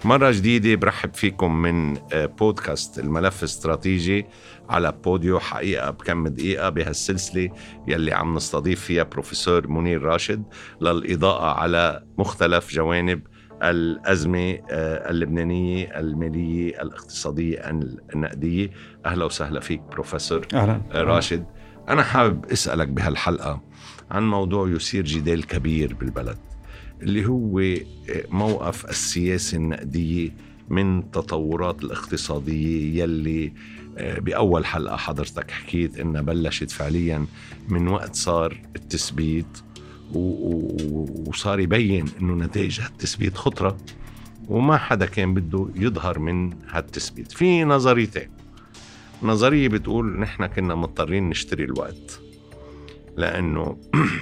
مرة جديدة برحب فيكم من بودكاست الملف الاستراتيجي على بوديو حقيقة بكم دقيقة بهالسلسلة يلي عم نستضيف فيها بروفيسور منير راشد للإضاءة على مختلف جوانب الأزمة اللبنانية المالية الاقتصادية النقدية. أهلا وسهلا فيك بروفيسور راشد. أنا حابب أسألك بهالحلقة عن موضوع يثير جدال كبير بالبلد، اللي هو موقف السياسة النقدية من التطورات الاقتصادية يلي بأول حلقة حضرتك حكيت إنها بلشت فعليا من وقت صار التثبيت وصار يبين إنه نتائج هالتثبيت خطرة وما حدا كان بده يظهر من هالتثبيت. في نظريتين، نظرية بتقول نحن كنا مضطرين نشتري الوقت لأنه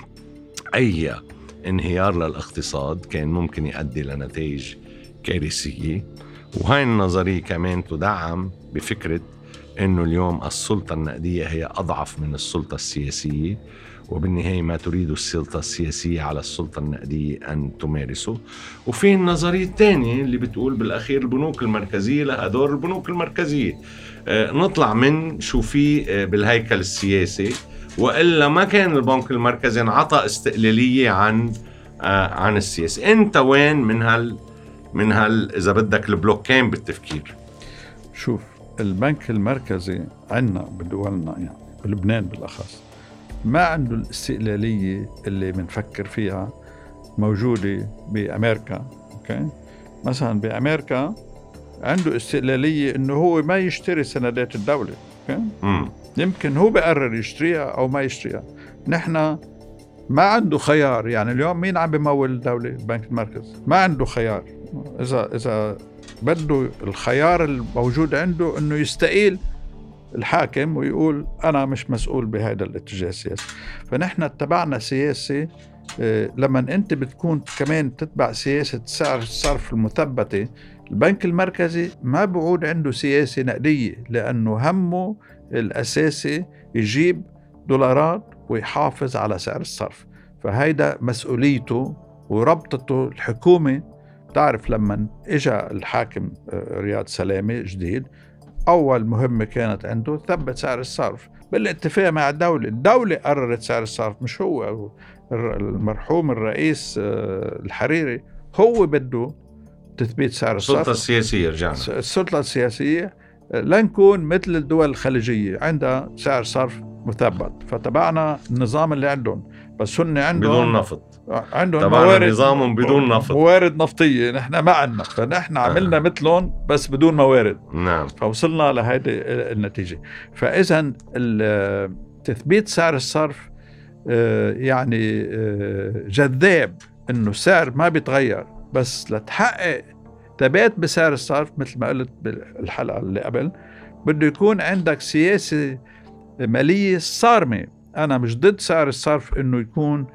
أي انهيار للاقتصاد كان ممكن يؤدي لنتائج كارثية، وهاي النظرية كمان تدعم بفكرة أنه اليوم السلطة النقدية هي أضعف من السلطة السياسية، وبالنهاية ما تريد السلطة السياسية على السلطة النقدية أن تمارسه. وفي النظرية الثانية اللي بتقول بالأخير البنوك المركزية لها دور البنوك المركزية، نطلع من شو في بالهيكل السياسي، وإلا ما كان البنك المركزي انعطى استقلالية عن السياسة. أنت وين من هال إذا بدك البلوكين بالتفكير؟ شوف، البنك المركزي عندنا بدولنا يعني بلبنان بالأخص ما عنده الاستقلالية اللي بنفكر فيها موجودة بأمريكا. أوكي؟ مثلا بأمريكا عنده استقلالية إنه هو ما يشتري سندات الدولة. أوكي؟ يمكن هو بقرر يشتريها أو ما يشتريها. نحن ما عنده خيار. يعني اليوم مين عم بمول الدولة؟ البنك المركزي ما عنده خيار. إذا بده الخيار الموجود عنده إنه يستقيل الحاكم ويقول أنا مش مسؤول بهذا الاتجاه السياسي. فنحن اتبعنا سياسة. لما أنت بتكون كمان تتبع سياسة سعر الصرف المثبتة، البنك المركزي ما بعود عنده سياسة نقدية، لأنه همه الأساسي يجيب دولارات ويحافظ على سعر الصرف. فهيدا مسؤوليته وربطته. الحكومة تعرف لما اجا الحاكم رياض سلامة جديد، أول مهمة كانت عنده ثبت سعر الصرف بالاتفاق مع الدولة قررت سعر الصرف، مش هو. المرحوم الرئيس الحريري هو بده تثبيت سعر الصرف. السلطة السياسية رجعنا السلطة السياسية لنكون مثل الدول الخليجية عندها سعر صرف مثبت. فتبعنا النظام اللي عندهم، بس هن عندهم بدون نفط، عندهم موارد نظامهم بدون نفط، موارد نفطية. نحن ما عندنا، فنحن عملنا مثلهم بس بدون موارد. نعم. فوصلنا لهذه النتيجة. فإذا تثبيت سعر الصرف يعني جذاب، إنه السعر ما بيتغير، بس لتحقق ثبات بسعر الصرف مثل ما قلت بالحلقة اللي قبل بده يكون عندك سياسة مالية صارمة. أنا مش ضد سعر الصرف إنه يكون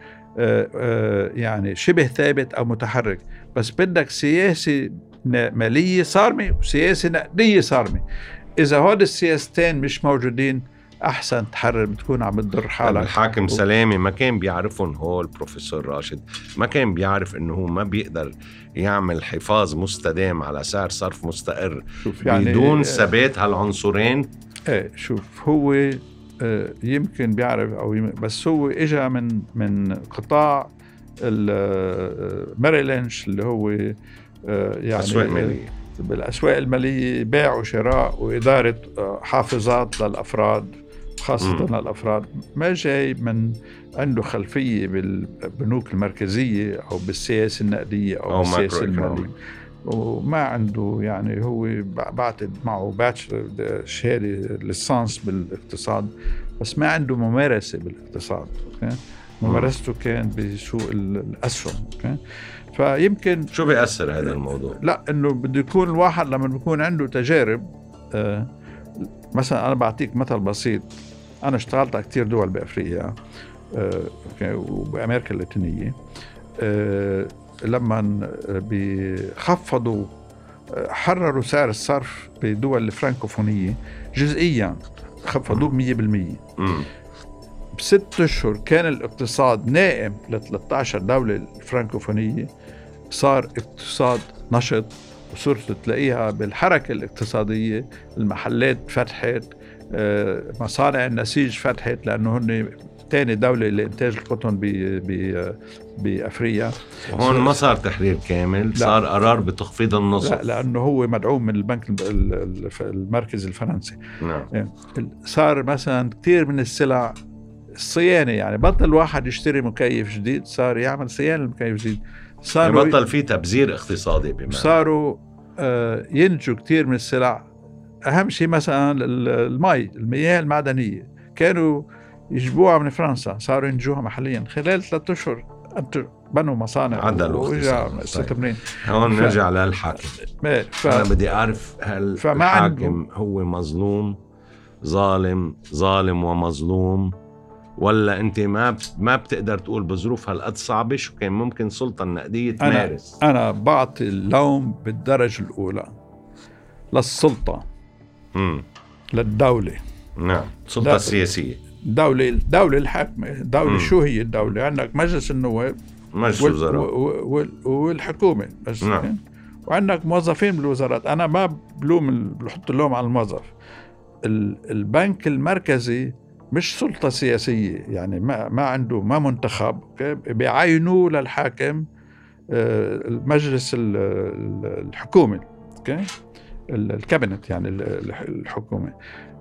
يعني شبه ثابت أو متحرك، بس بدك سياسة مالية صارمة وسياسة نقدية صارمة. إذا هود السياستين مش موجودين أحسن تحرر، بتكون عم تضر حالك. الحاكم سلامي ما كان بيعرفهم هو البروفيسور راشد، ما كان بيعرف إنه هو ما بيقدر يعمل حفاظ مستدام على سعر صرف مستقر يعني بدون ثبات هالعنصرين. شوف، هو يمكن بيعرف بس هو إجا من قطاع ميري لينش اللي هو يعني أسواق مالية. بالأسواق المالية، بيع وشراء وإدارة حافظات للأفراد، خاصة الأفراد. ما جاي من عنده خلفية بالبنوك المركزية أو بالسياسة النقدية أو بالسياسة المالية، وما عنده يعني. هو بعتد معه باتشلر شهادة ليسانس بالاقتصاد، بس ما عنده ممارسة بالاقتصاد. ممارسته كان بسوق الأسهم. فيمكن شو بيأثر هذا الموضوع؟ لا، إنه بده يكون الواحد لما بيكون عنده تجارب. مثلا أنا بعطيك مثل بسيط. أنا اشتغلت على كتير دول بأفريقيا وبأمريكا اللاتينية. لما بيخفضوا حرروا سعر الصرف بدول الفرنكوفونية جزئيا، خفضوه 100%. ب6 أشهر كان الاقتصاد نائم ل13 دولة الفرنكوفونية، صار اقتصاد نشط وصرت تلاقيها بالحركة الاقتصادية. المحلات فتحت، مصانع النسيج فتحت، لأنه هن تاني دولة لإنتاج القطن بأفريقيا. هون ما صار تحرير كامل، صار قرار بتخفيض النصف. لا، لأنه هو مدعوم من البنك المركزي الفرنسي. نعم. صار مثلا كتير من السلع الصيانة، يعني بطل واحد يشتري مكيف جديد، صار يعمل صيانة المكيف جديد. صاروا بطل فيه تبذير اقتصادي بمعنى. صاروا ينتجوا كتير من السلع. أهم شيء مثلا المياه المعدنية كانوا يجيبوها من فرنسا، صاروا ينتجوها محليا. خلال 3 أشهر بنوا مصانع ورجع استثمارين. هون نرجع للحاكم. أنا بدي أعرف هل الحاكم هو مظلوم، ظالم ومظلوم، ولا أنت ما بتقدر تقول بظروف هالقد صعبة شو كان ممكن السلطة النقدية تمارس؟ أنا بعطي اللوم بالدرجة الأولى للسلطة، للدولة. نعم، السلطة السياسية، دولة الحاكمة. دولة شو هي الدولة؟ عندك مجلس النواب، مجلس الوزراء والحكومة. نعم. وعندك موظفين بالوزارات. أنا ما بحط اللوم على الموظف. البنك المركزي مش سلطة سياسية، يعني ما منتخب، بيعينوا للحاكم المجلس الحكومي، الكابينت، يعني الحكومة.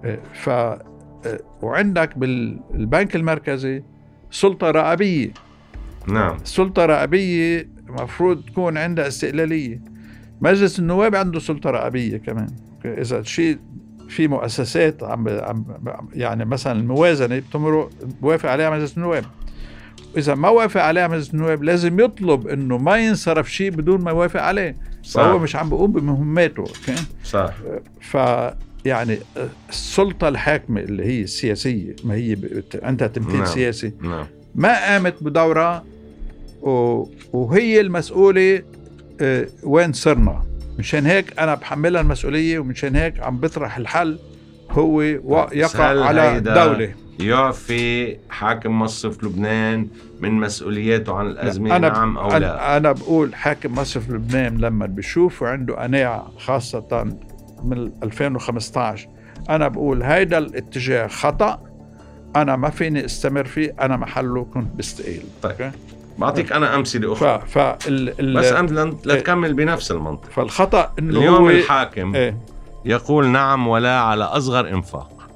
وعندك بالبنك المركزي سلطة رقابية. نعم. السلطة الرقابية مفروض تكون عندها استقلالية. مجلس النواب عنده سلطة رقابية كمان. إذا شيء في مؤسسات يعني مثلا الموازنة بوافق عليها مجلس النواب، إذا ما وافق عليها مجلس النواب لازم يطلب إنه ما ينصرف شيء بدون ما يوافق عليه. فهو مش عم بيقوم بمهماته. صح. يعني السلطة الحاكمة اللي هي السياسية، ما هي عندها تمثيل سياسي، ما قامت بدورها، وهي المسؤولة. وين صرنا؟ مشان هيك أنا بحملها المسؤولية، ومشان هيك عم بطرح الحل هو يقع على دولة. يعفي حاكم مصرف لبنان من مسؤولياته عن الأزمة؟ نعم أو لا؟ أنا بقول حاكم مصرف لبنان لما بيشوفوا عنده قناعة، خاصة من 2015، أنا بقول هيدا الاتجاه خطأ، أنا ما فيني استمر فيه، أنا محله كنت بستقيل. طيب بعطيك أنا أمثلة أخرى. بس أنت لا تكمل بنفس المنطق. فالخطأ إنه اليوم الحاكم يقول نعم ولا على أصغر إنفاق،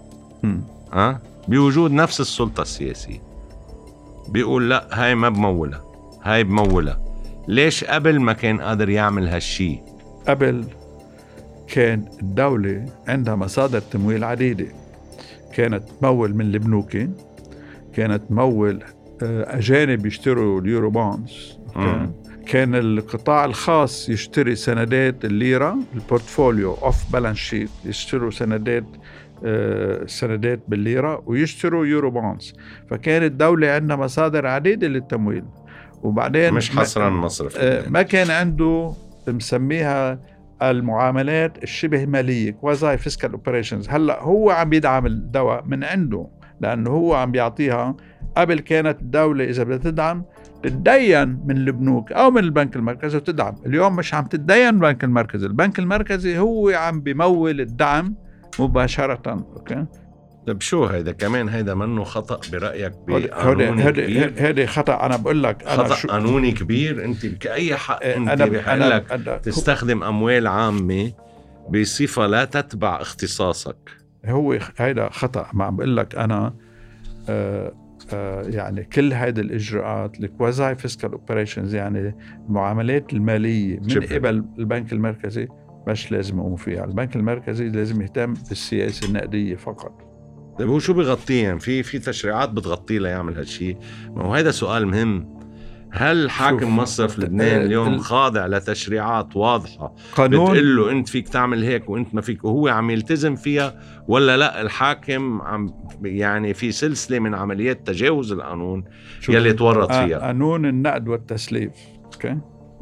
بوجود نفس السلطة السياسية. بيقول لا، هاي ما بمولة، هاي بمولة. ليش قبل ما كان قادر يعمل هالشي؟ قبل كان الدولة عندها مصادر تمويل عديدة. كانت تمول من البنوك، كانت تمول أجانب يشتروا اليورو بونز، كان القطاع الخاص يشتري سندات الليرة، البورتفوليو اوف بالانس شيت، يشتروا سندات بالليرة ويشتروا يورو بونز. فكانت الدولة عندها مصادر عديدة للتمويل. وبعدين مش حصرا مصرف، ما كان عنده مسميها المعاملات الشبه مالية، quasi fiscal operations. هلأ هو عم بيدعم الدواء من عنده، لأنه هو عم بيعطيها. قبل كانت الدولة إذا بدها تدعم تتدين من البنوك أو من البنك المركزي وتدعم. اليوم مش عم تتدين البنك المركزي، البنك المركزي هو عم بيمول الدعم مباشرة. أوكي. طيب شو هيدا كمان؟ هيدا منه خطأ برأيك؟ هيدا خطأ. أنا بقول لك خطأ قانوني كبير. أنت بأي حق أنت بحقلك تستخدم أموال عامة بصفة لا تتبع اختصاصك؟ هو هيدا خطأ. ما عم بقول لك أنا يعني كل هذه الإجراءات الكوازاي فيسكال اوبريشنز، يعني المعاملات المالية من قبل البنك المركزي، مش لازم يقوم فيها. البنك المركزي لازم يهتم بالسياسة النقدية فقط. طيب هو شو بيغطيه؟ يعني في تشريعات بتغطيه ليعمل هالشيء؟ ما هو هذا سؤال مهم. هل حاكم مصرف لبنان اليوم خاضع لتشريعات واضحة بتقول له انت فيك تعمل هيك وانت ما فيك، وهو عم يلتزم فيها، ولا لا الحاكم عم يعني في سلسلة من عمليات تجاوز القانون يلي تورط فيها؟ قانون النقد والتسليف. اوكي.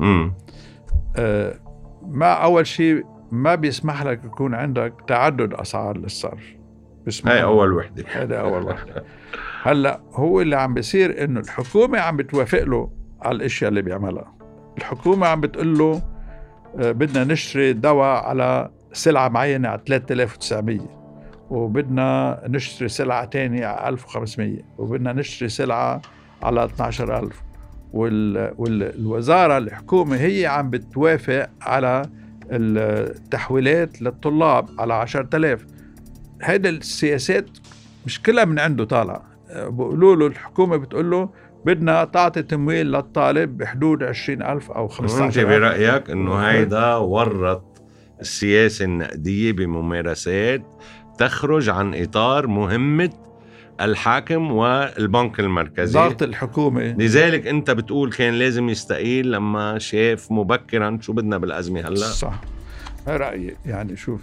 ما اول شيء ما بيسمح لك يكون عندك تعدد اسعار للصرف. هاي اول وحدة. هذا اول وحدة. هلا هو اللي عم بيصير انه الحكومة عم بتوافق له على الاشياء اللي بيعملها. الحكومة عم بتقول له بدنا نشتري دواء على سلعة معينة على 3900، وبدنا نشتري سلعة تانية على 1500، وبدنا نشتري سلعة على 12000، والوزارة الحكومة هي عم بتوافق على التحويلات للطلاب على 10,000. هيدا السياسات مش كلها من عنده طالع، بقولوا له الحكومة بتقول له بدنا تعطي تمويل للطالب بحدود 20,000 أو 15,000. انت برأيك انه هيدا ورط السياسة النقدية بممارسات تخرج عن إطار مهمة الحاكم والبنك المركزي، وزارة الحكومة. لذلك انت بتقول كان لازم يستقيل لما شاف مبكرا شو بدنا بالأزمة هلا. صح، رأيي يعني شوف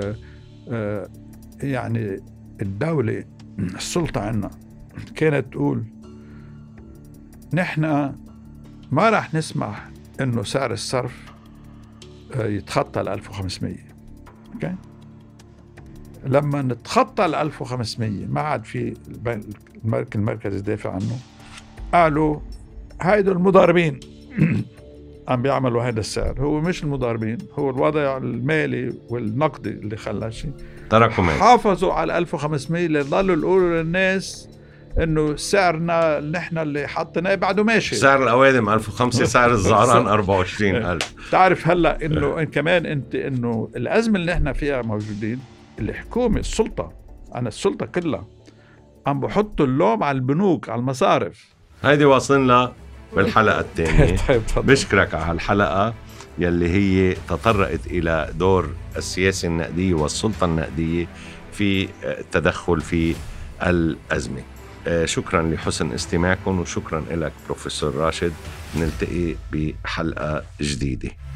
يعني الدولة السلطة عنا كانت تقول نحن ما راح نسمح انه سعر الصرف يتخطى 1500. اوكي، لما نتخطى 1500 ما عاد في البنك المركزي يدافع عنه، قالوا هيدو المضاربين عم بيعملوا هذا السعر. هو مش المضاربين، هو الوضع المالي والنقدي اللي خلى شيء تركوا مالي. حافظوا على 1500 ليضلوا يقولوا للناس انه سعرنا نحن اللي حطيناه بعده ماشي. سعر الأوادم 1500، سعر الزعران 24,000. تعرف هلا انه كمان انت انه الازمه اللي نحن فيها موجودين، الحكومه السلطه، انا السلطه كلها عم بحطوا اللوم على البنوك، على المصارف. هيدي واصلنا بالحلقة الثانية. طيب بشكرك على الحلقة يلي هي تطرقت إلى دور السياسة النقدية والسلطة النقدية في التدخل في الأزمة. شكرا لحسن استماعكم، وشكرا لك بروفيسور راشد. نلتقي بحلقة جديدة.